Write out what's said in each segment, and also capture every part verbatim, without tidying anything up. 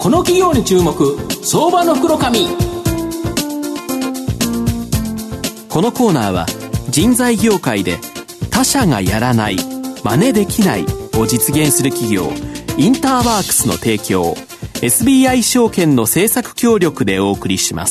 この企業に注目、相場の福の神。 このコーナーは人材業界で他社がやらない、真似できないを実現する企業インターワークスの提供、 エスビーアイ 証券の政策協力でお送りします。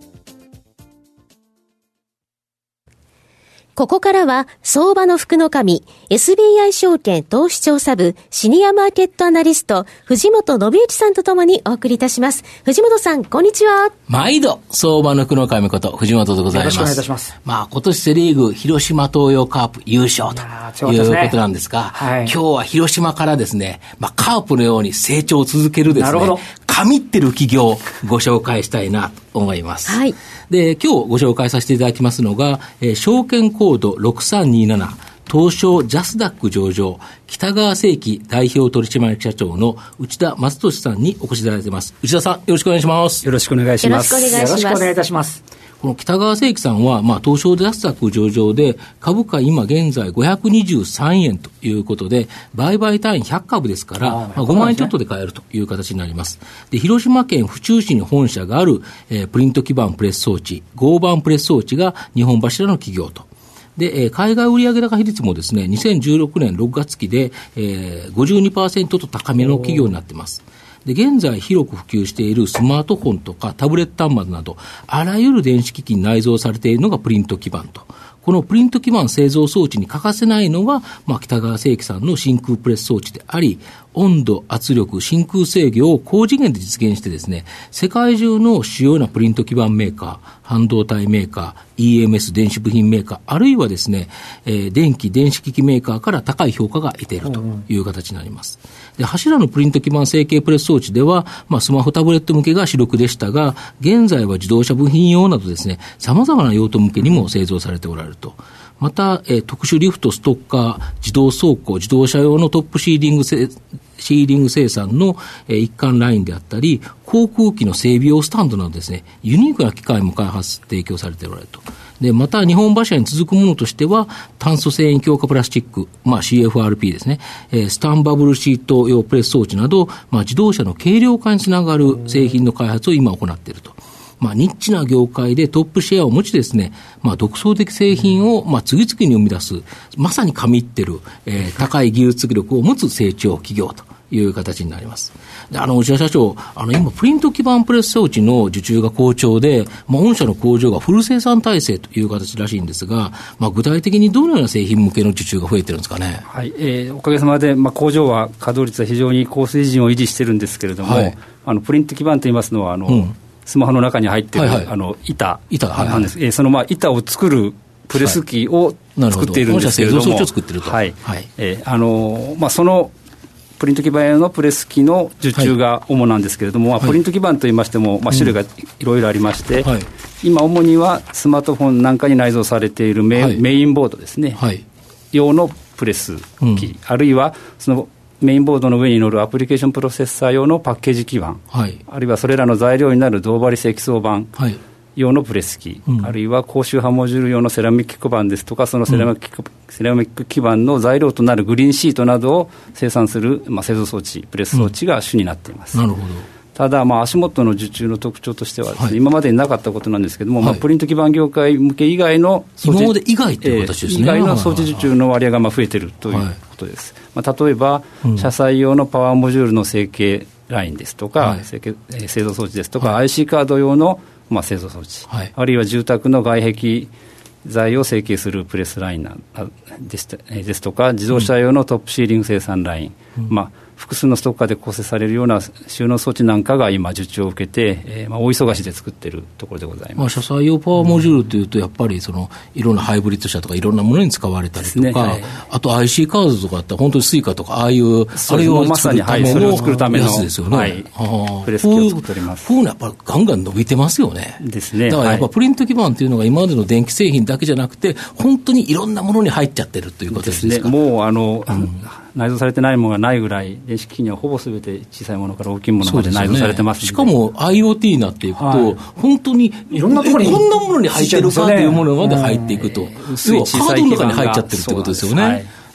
ここからは相場の福の神 エスビーアイ 証券投資調査部シニアマーケットアナリスト藤本信之さんとともにお送りいたします。藤本さん、こんにちは。 毎度相場の福の神こと藤本でございます。 よろしくお願いいたします。 まあ今年セリーグ広島東洋カープ優勝ということなんですが、はい、今日は広島からですね、まあ、カープのように成長を続けるですね、神ってる企業をご紹介したいなと思います。はい。で、今日ご紹介させていただきますのが、えー、証券コードろくさんにーなな、東証ジャスダック上場、北川清輝代表取締役社長の内田正俊さんにお越しいただいています。内田さん、よろしくお願いします。 よろしくお願いします。 よろしくお願いします。 よろしくお願いいたします。 この北川清輝さんは、まあ、東証ジャスダック上場で株価今現在ごひゃくにじゅうさんえんということで、売買単位ひゃっかぶですから、まあ、ごまんえんちょっとで買えるという形になります。で、広島県府中市に本社がある、えー、プリント基板プレス装置、合板プレス装置が日本柱の企業と。で、えー、海外売上高比率もですね、にせんじゅうろくねんろくがつ期で、えー、ごじゅうにパーセント と高めの企業になっています。で、現在広く普及しているスマートフォンとかタブレット端末など、あらゆる電子機器に内蔵されているのがプリント基板と。このプリント基板製造装置に欠かせないのが、まあ、北川清輝さんの真空プレス装置であり、温度、圧力、真空制御を高次元で実現してですね、世界中の主要なプリント基板メーカー、半導体メーカー、イーエムエス 電子部品メーカー、あるいはですね、えー、電気、電子機器メーカーから高い評価が得ているという形になります。で、柱のプリント基板成形プレス装置では、まあ、スマホタブレット向けが主力でしたが、現在は自動車部品用などですね、様々な用途向けにも製造されておられると。また、えー、特殊リフト、ストッカー、自動倉庫、自動車用のトップシーリングせシーリング生産の、えー、一貫ラインであったり、航空機の整備用スタンドなどですね、ユニークな機械も開発、提供されておられると。で、また日本柱に続くものとしては、炭素繊維強化プラスチック、まあ シーエフアールピー ですね、えー、スタンバブルシート用プレス装置など、まあ自動車の軽量化につながる製品の開発を今行っていると。まあ、ニッチな業界でトップシェアを持ちですね、まあ、独創的製品を、まあ、次々に生み出す、まさに神ってる、えー、高い技術力を持つ成長企業という形になります。で、あの、内田社長、あの、今、プリント基板プレス装置の受注が好調で、まあ、御社の工場がフル生産体制という形らしいんですが、まあ、具体的にどのような製品向けの受注が増えてるんですかね。 はい、えー、おかげさまで、まあ、工場は稼働率は非常に高水準を維持してるんですけれども、はい、あの、プリント基板といいますのは、あの、うんスマホの中に入っている、はいはい、あの板なんです、はいはいえー、そのまあ板を作るプレス機を作っているんですけれども、 はい、製造装置を作っていると、 はいはいえーあのまあ、そのプリント基板用のプレス機の受注が主なんですけれども、はいまあ、プリント基板といいましても、まあ、種類がいろいろありまして、うんはい、今主にはスマートフォンなんかに内蔵されている メ,、はい、メインボードですね、はい、用のプレス機、うん、あるいはそのメインボードの上に乗るアプリケーションプロセッサー用のパッケージ基板、はい、あるいはそれらの材料になる銅張り積層板用のプレス機、はい、あるいは高周波モジュール用のセラミック基板ですとか、そのセラミック、うん、セラミック基板の材料となるグリーンシートなどを生産する、まあ、製造装置、プレス装置が主になっています。 うん、なるほど。 ただ、まあ、足元の受注の特徴としてはですね、はい、今までになかったことなんですけれども、 はいまあ、プリント基板業界向け以外の装置、 今まで以外という形ですね、 えー、以外の装置受注の割合がまあ増えているということです。はいまあ、例えば、うん、車載用のパワーモジュールの成形ラインですとか、はい成形えー、製造装置ですとか、はい、アイシー カード用の、まあ、製造装置、はい、あるいは住宅の外壁材を成形するプレスラインです、ですとか、自動車用のトップシーリング生産ライン、うんまあ、複数のストッカーで構成されるような収納装置なんかが今受注を受けて、えーまあ、大忙しで作っているところでございます。 まあ、車載用パワーモジュールというとやっぱりそのいろんなハイブリッド車とかいろんなものに使われたりとか、ねはい、あと アイシー カードとかって本当にスイカとかああいうあれを作るためのやつですよね、はい、 プレス機を作っております。 こういうのやっぱりガンガン伸びてますよね。 ですね。 だからやっぱプリント基板というのが今までの電気製品だけじゃなくて本当にいろんなものに入っちゃってるということですか。 ですね。もうあの、うん内蔵されてないものがないぐらい、電子機器にはほぼすべて小さいものから大きいものまで内蔵されてますので、 しかも IoT になっていくと、はい、本当にいろんなところにこんなものに入ってるかというものまで入っていくと、要はカードの中に入っちゃってるってことですよね。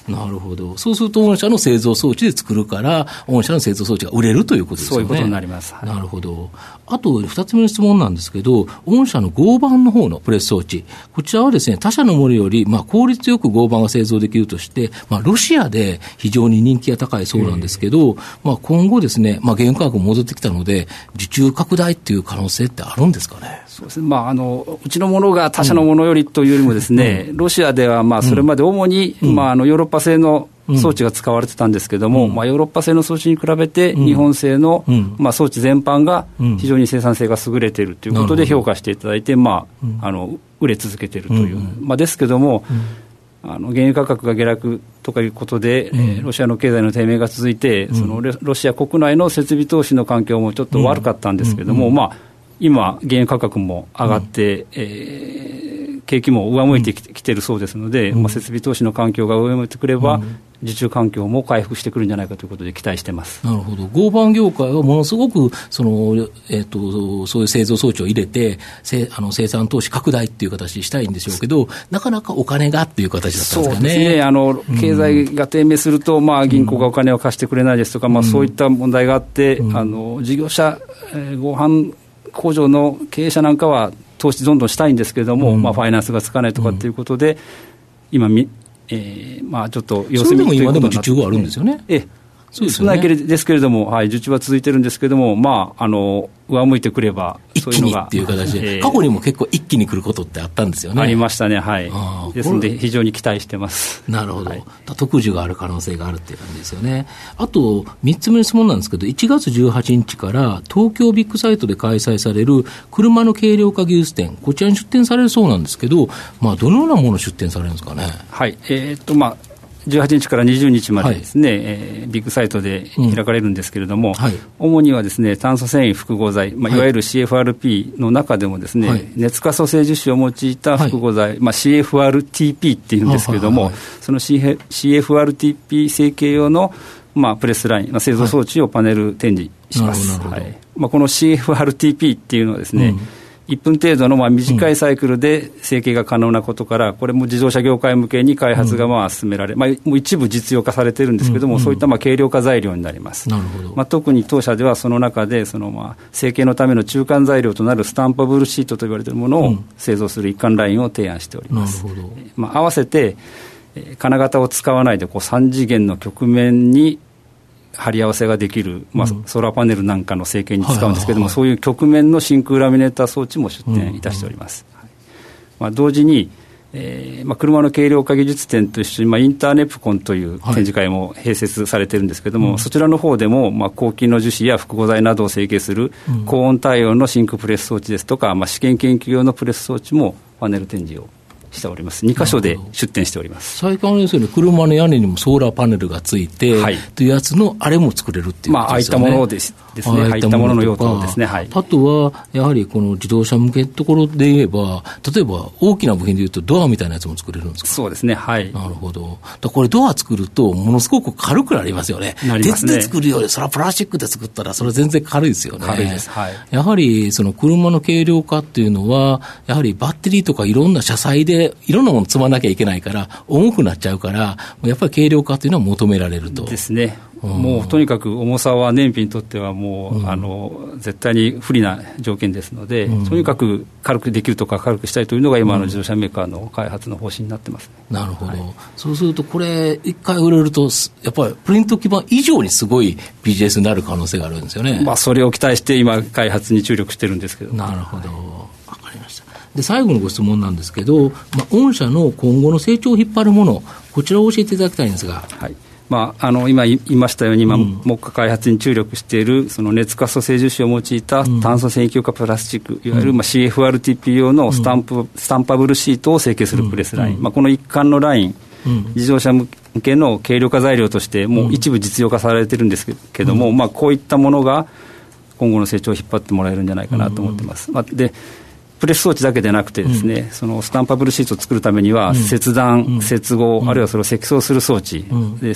なるほど。そうすると御社の製造装置で作るから御社の製造装置が売れるということですよね。 そういうことになります、はい、 なるほど。あとふたつめの質問なんですけど、御社の合板の方のプレス装置、こちらはですね、他社のものよりまあ効率よく合板が製造できるとして、まあ、ロシアで非常に人気が高いそうなんですけど、まあ、今後ですね、まあ、原油価格も戻ってきたので受注拡大っていう可能性ってあるんですかね。 そうですね、まあ、あのうちのものが他社のものよりというよりもですね、うん、ロシアではまあそれまで主に、うんまあ、あのヨーロッパ製の装置が使われてたんですけども、うんまあ、ヨーロッパ製の装置に比べて日本製の、うんまあ、装置全般が非常に生産性が優れているということで評価していただいて、まあ、あの売れ続けているという、うんまあ、ですけども、うん、あの原油価格が下落とかいうことで、うんえー、ロシアの経済の低迷が続いて、うん、そのロシア国内の設備投資の環境もちょっと悪かったんですけども、うんまあ、今原油価格も上がって、うんえー景気も上向いてきているそうですので、うんまあ、設備投資の環境が上向いてくれば、うん、受注環境も回復してくるんじゃないかということで期待しています。 なるほど。合板業界はものすごくその、えー、とそういう製造装置を入れてせあの生産投資拡大っていう形にしたいんでしょうけど、なかなかお金がっていう形だったんですかね。 そうですね、あの経済が低迷すると、まあ、銀行がお金を貸してくれないですとか、うんまあ、そういった問題があって、うん、あの事業者、えー、合板工場の経営者なんかは投資どんどんしたいんですけれども、うんまあ、ファイナンスがつかないとかっていうことで、うん、今み、えーまあ、ちょっと様子見ということになって、それでも今でも受注があるんですよね。ええそうですよね、少ないですけれども、はい、受注は続いてるんですけれども、まあ、あの上向いてくれば一気にっていう形で、えー、過去にも結構一気に来ることってあったんですよね。 ありましたね、はい、ですので非常に期待してます。 なるほど、はい、特需がある可能性があるっていう感じですよね。あとみっつめの質問なんですけど、いちがつじゅうはちにちから東京ビッグサイトで開催される車の軽量化技術展、こちらに出展されるそうなんですけど、まあ、どのようなものを出展されるんですかね。 はい、えーっとまあじゅうはちにちからにじゅうにちまでですね、はいえー、ビッグサイトで開かれるんですけれども、うんはい、主にはですね、炭素繊維複合材、まあ、いわゆる シーエフアールピー の中でもですね、はい、熱可塑性樹脂を用いた複合材、はいまあ、シーエフアールティーピー っていうんですけれども、はいはいはい、その シーエフアールティーピー 成形用の、まあ、プレスライン、まあ、製造装置をパネル展示します。はいまあ、この シーエフアールティーピー っていうのはですね、うんいっぷん程度のまあ短いサイクルで成形が可能なことから、これも自動車業界向けに開発がまあ進められ、まあ、もう一部実用化されているんですけれども、そういったまあ軽量化材料になります。 なるほど。 まあ、特に当社ではその中でそのまあ成形のための中間材料となるスタンパブルシートと言われているものを製造する一貫ラインを提案しております。 なるほど。 まあ、合わせて金型を使わないでこうさん次元の曲面に貼り合わせができる、まあ、ソーラーパネルなんかの成形に使うんですけれども、そういう曲面の真空ラミネーター装置も出展いたしております。うんうんまあ、同時に、えーまあ、車の軽量化技術展と一緒に、まあ、インターネプコンという展示会も併設されているんですけれども、はい、そちらの方でも、まあ、高機能樹脂や複合材などを成形する高温対応の真空プレス装置ですとか、まあ、試験研究用のプレス装置もパネル展示をしております。にかしょで出展しております。 最近あれですよね、車の屋根にもソーラーパネルがついて、はい、というやつのあれも作れるっていうことですよね。まあ、ああいったものですですね。ああいったものの用途ですね。はい。あとはやはりこの自動車向けのところで言えば、例えば大きな部品でいうとドアみたいなやつも作れるんですか。 そうですね。はい。 なるほど。だこれドア作るとものすごく軽くなりますよね。 なりますね。 鉄で作るよりそれはプラスチックで作ったらそれは全然軽いですよね。 軽いです。はい。 やはりその車の軽量化っていうのはやはりバッテリーとかいろんな車載でいろんなものを積まなきゃいけないから重くなっちゃうからやっぱり軽量化っていうのは求められるとですね。もうとにかく重さは燃費にとってはもう、うん、あの絶対に不利な条件ですので、うん、とにかく軽くできるとか軽くしたいというのが今の自動車メーカーの開発の方針になってます、ねうん、なるほど、はい、そうするとこれ一回売れるとやっぱりプリント基板以上にすごい ビージーエス になる可能性があるんですよね。 まあ、それを期待して今開発に注力してるんですけど。 なるほど、わかりました。で最後のご質問なんですけど、まあ、御社の今後の成長を引っ張るものこちらを教えていただきたいんですが。 はいまあ、あの今言いましたように今、うん、目下開発に注力しているその熱可塑性樹脂を用いた炭素繊維強化プラスチック、うん、いわゆるまあ シーエフアールティーピー 用のスタンプ、うん、スタンパブルシートを成形するプレスライン、うんまあ、この一環のライン、うん、自動車向けの軽量化材料としてもう一部実用化されてるんですけども、うんまあ、こういったものが今後の成長を引っ張ってもらえるんじゃないかなと思ってます、うんまあ、でプレス装置だけでなくてですね、うん、そのスタンパブルシートを作るためには、うん、切断、うん、接合、うん、あるいはそれを積層する装置、うん、で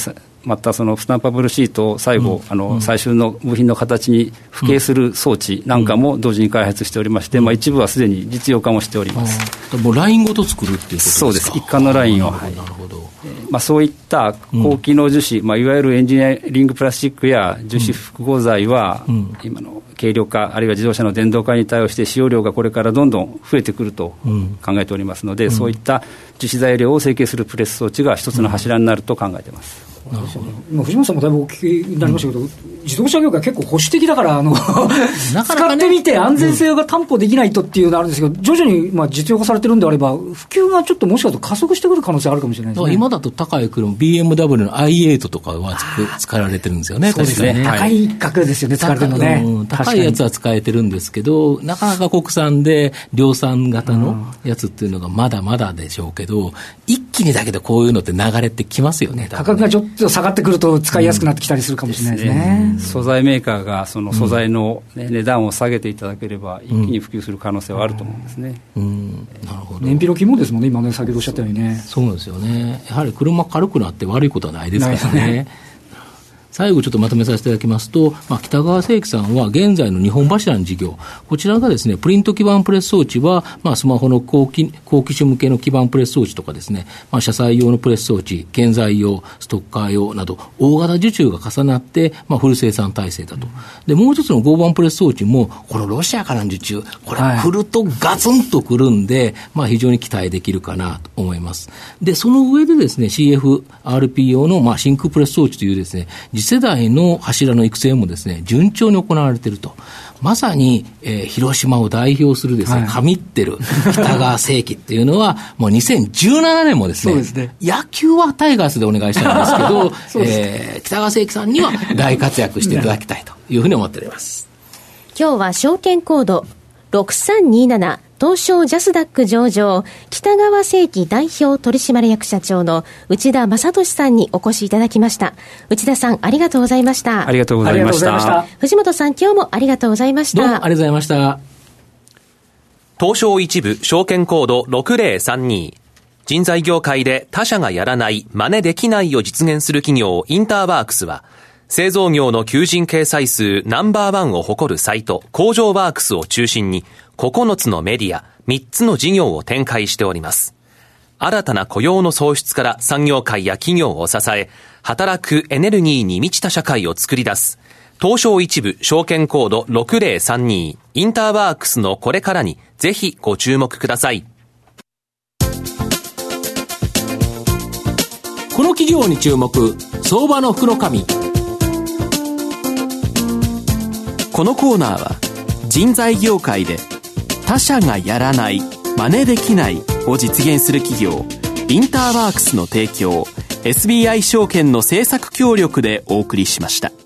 またそのスタンパブルシートを最後、うん、あの最終の部品の形に付形する装置なんかも同時に開発しておりまして、うん、まあ、一部はすでに実用化もしております。 もうラインごと作るっていうことですか。 そうです、一貫のラインを。なるほど、まあ、そういった高機能樹脂、うん、まあ、いわゆるエンジニアリングプラスチックや樹脂複合材は、うん、今の軽量化あるいは自動車の電動化に対応して使用量がこれからどんどん増えてくると考えておりますので、うん、そういった樹脂材料を成形するプレス装置が一つの柱になると考えています。 なるほど。今藤本さんもだいぶお聞きになりましたけど、うん、自動車業界結構保守的だからあのなかなか、ね、使ってみて安全性が担保できないとっていうのがあるんですけど、徐々にまあ実用化されてるんであれば普及がちょっともしかすると加速してくる可能性あるかもしれないですね。 今だと高い車 ビーエムダブリュー の アイエイト とかは使われてるんですよね。 そうですね、高い価格ですよね、使われてるのね、 うん、高いやつは使えてるんですけど、なかなか国産で量産型のやつっていうのがまだまだでしょうけど、一気にだけでこういうのって流れてきますよね。 価格がちょっと下がってくると使いやすくなってきたりするかもしれないですね。 うん、素材メーカーがその素材の、ね、うん、値段を下げていただければ一気に普及する可能性はあると思うんですね。 うんうん、なるほど。 燃費の肝ですもんね、今ね、先ほどおっしゃったようにね。 そうですよね。やはり車軽くなって悪いことはないですからね。最後ちょっとまとめさせていただきますと、まあ、北川清樹さんは現在の日本柱の事業、こちらがですね、プリント基板プレス装置は、まあ、スマホの高機、高機種向けの基板プレス装置とかですね、まあ、車載用のプレス装置、建材用、ストッカー用など、大型受注が重なって、まあ、フル生産体制だと。で、もう一つの合板プレス装置も、このロシアからの受注、これ来るとガツンと来るんで、まあ、非常に期待できるかなと思います。で、その上でですね、シーエフアールピー 用の、まあ、真空プレス装置というですね、次世代の柱の育成もですね、順調に行われていると。まさに、えー、広島を代表するですね、はい、神ってる北川清樹っていうのは、もうにせんじゅうななねんもですね、そうですね、野球はタイガースでお願いしたんですけど、えー、北川清樹さんには大活躍していただきたいというふうに思っております。 今日は証券コードろくさんになな東証ジャスダック上場北川清樹代表取締役社長の内田正俊さんにお越しいただきました。内田さん、ありがとうございました。 ありがとうございました。 藤本さん、今日もありがとうございました。 どうもありがとうございました。 東証一部証券コードろくぜろさんに、人材業界で他社がやらない真似できないを実現する企業インターワークスは、製造業の求人掲載数ナンバーワンを誇るサイト工場ワークスを中心にここのつのメディアみっつの事業を展開しております。新たな雇用の創出から産業界や企業を支え、働くエネルギーに満ちた社会を作り出す東証一部証券コードろくぜろさんにインターワークスのこれからにぜひご注目ください。 この企業に注目、相場の福の神。 このコーナーは人材業界で他社がやらない真似できないを実現する企業インターワークスの提供、エスビーアイ 証券の政策協力でお送りしました。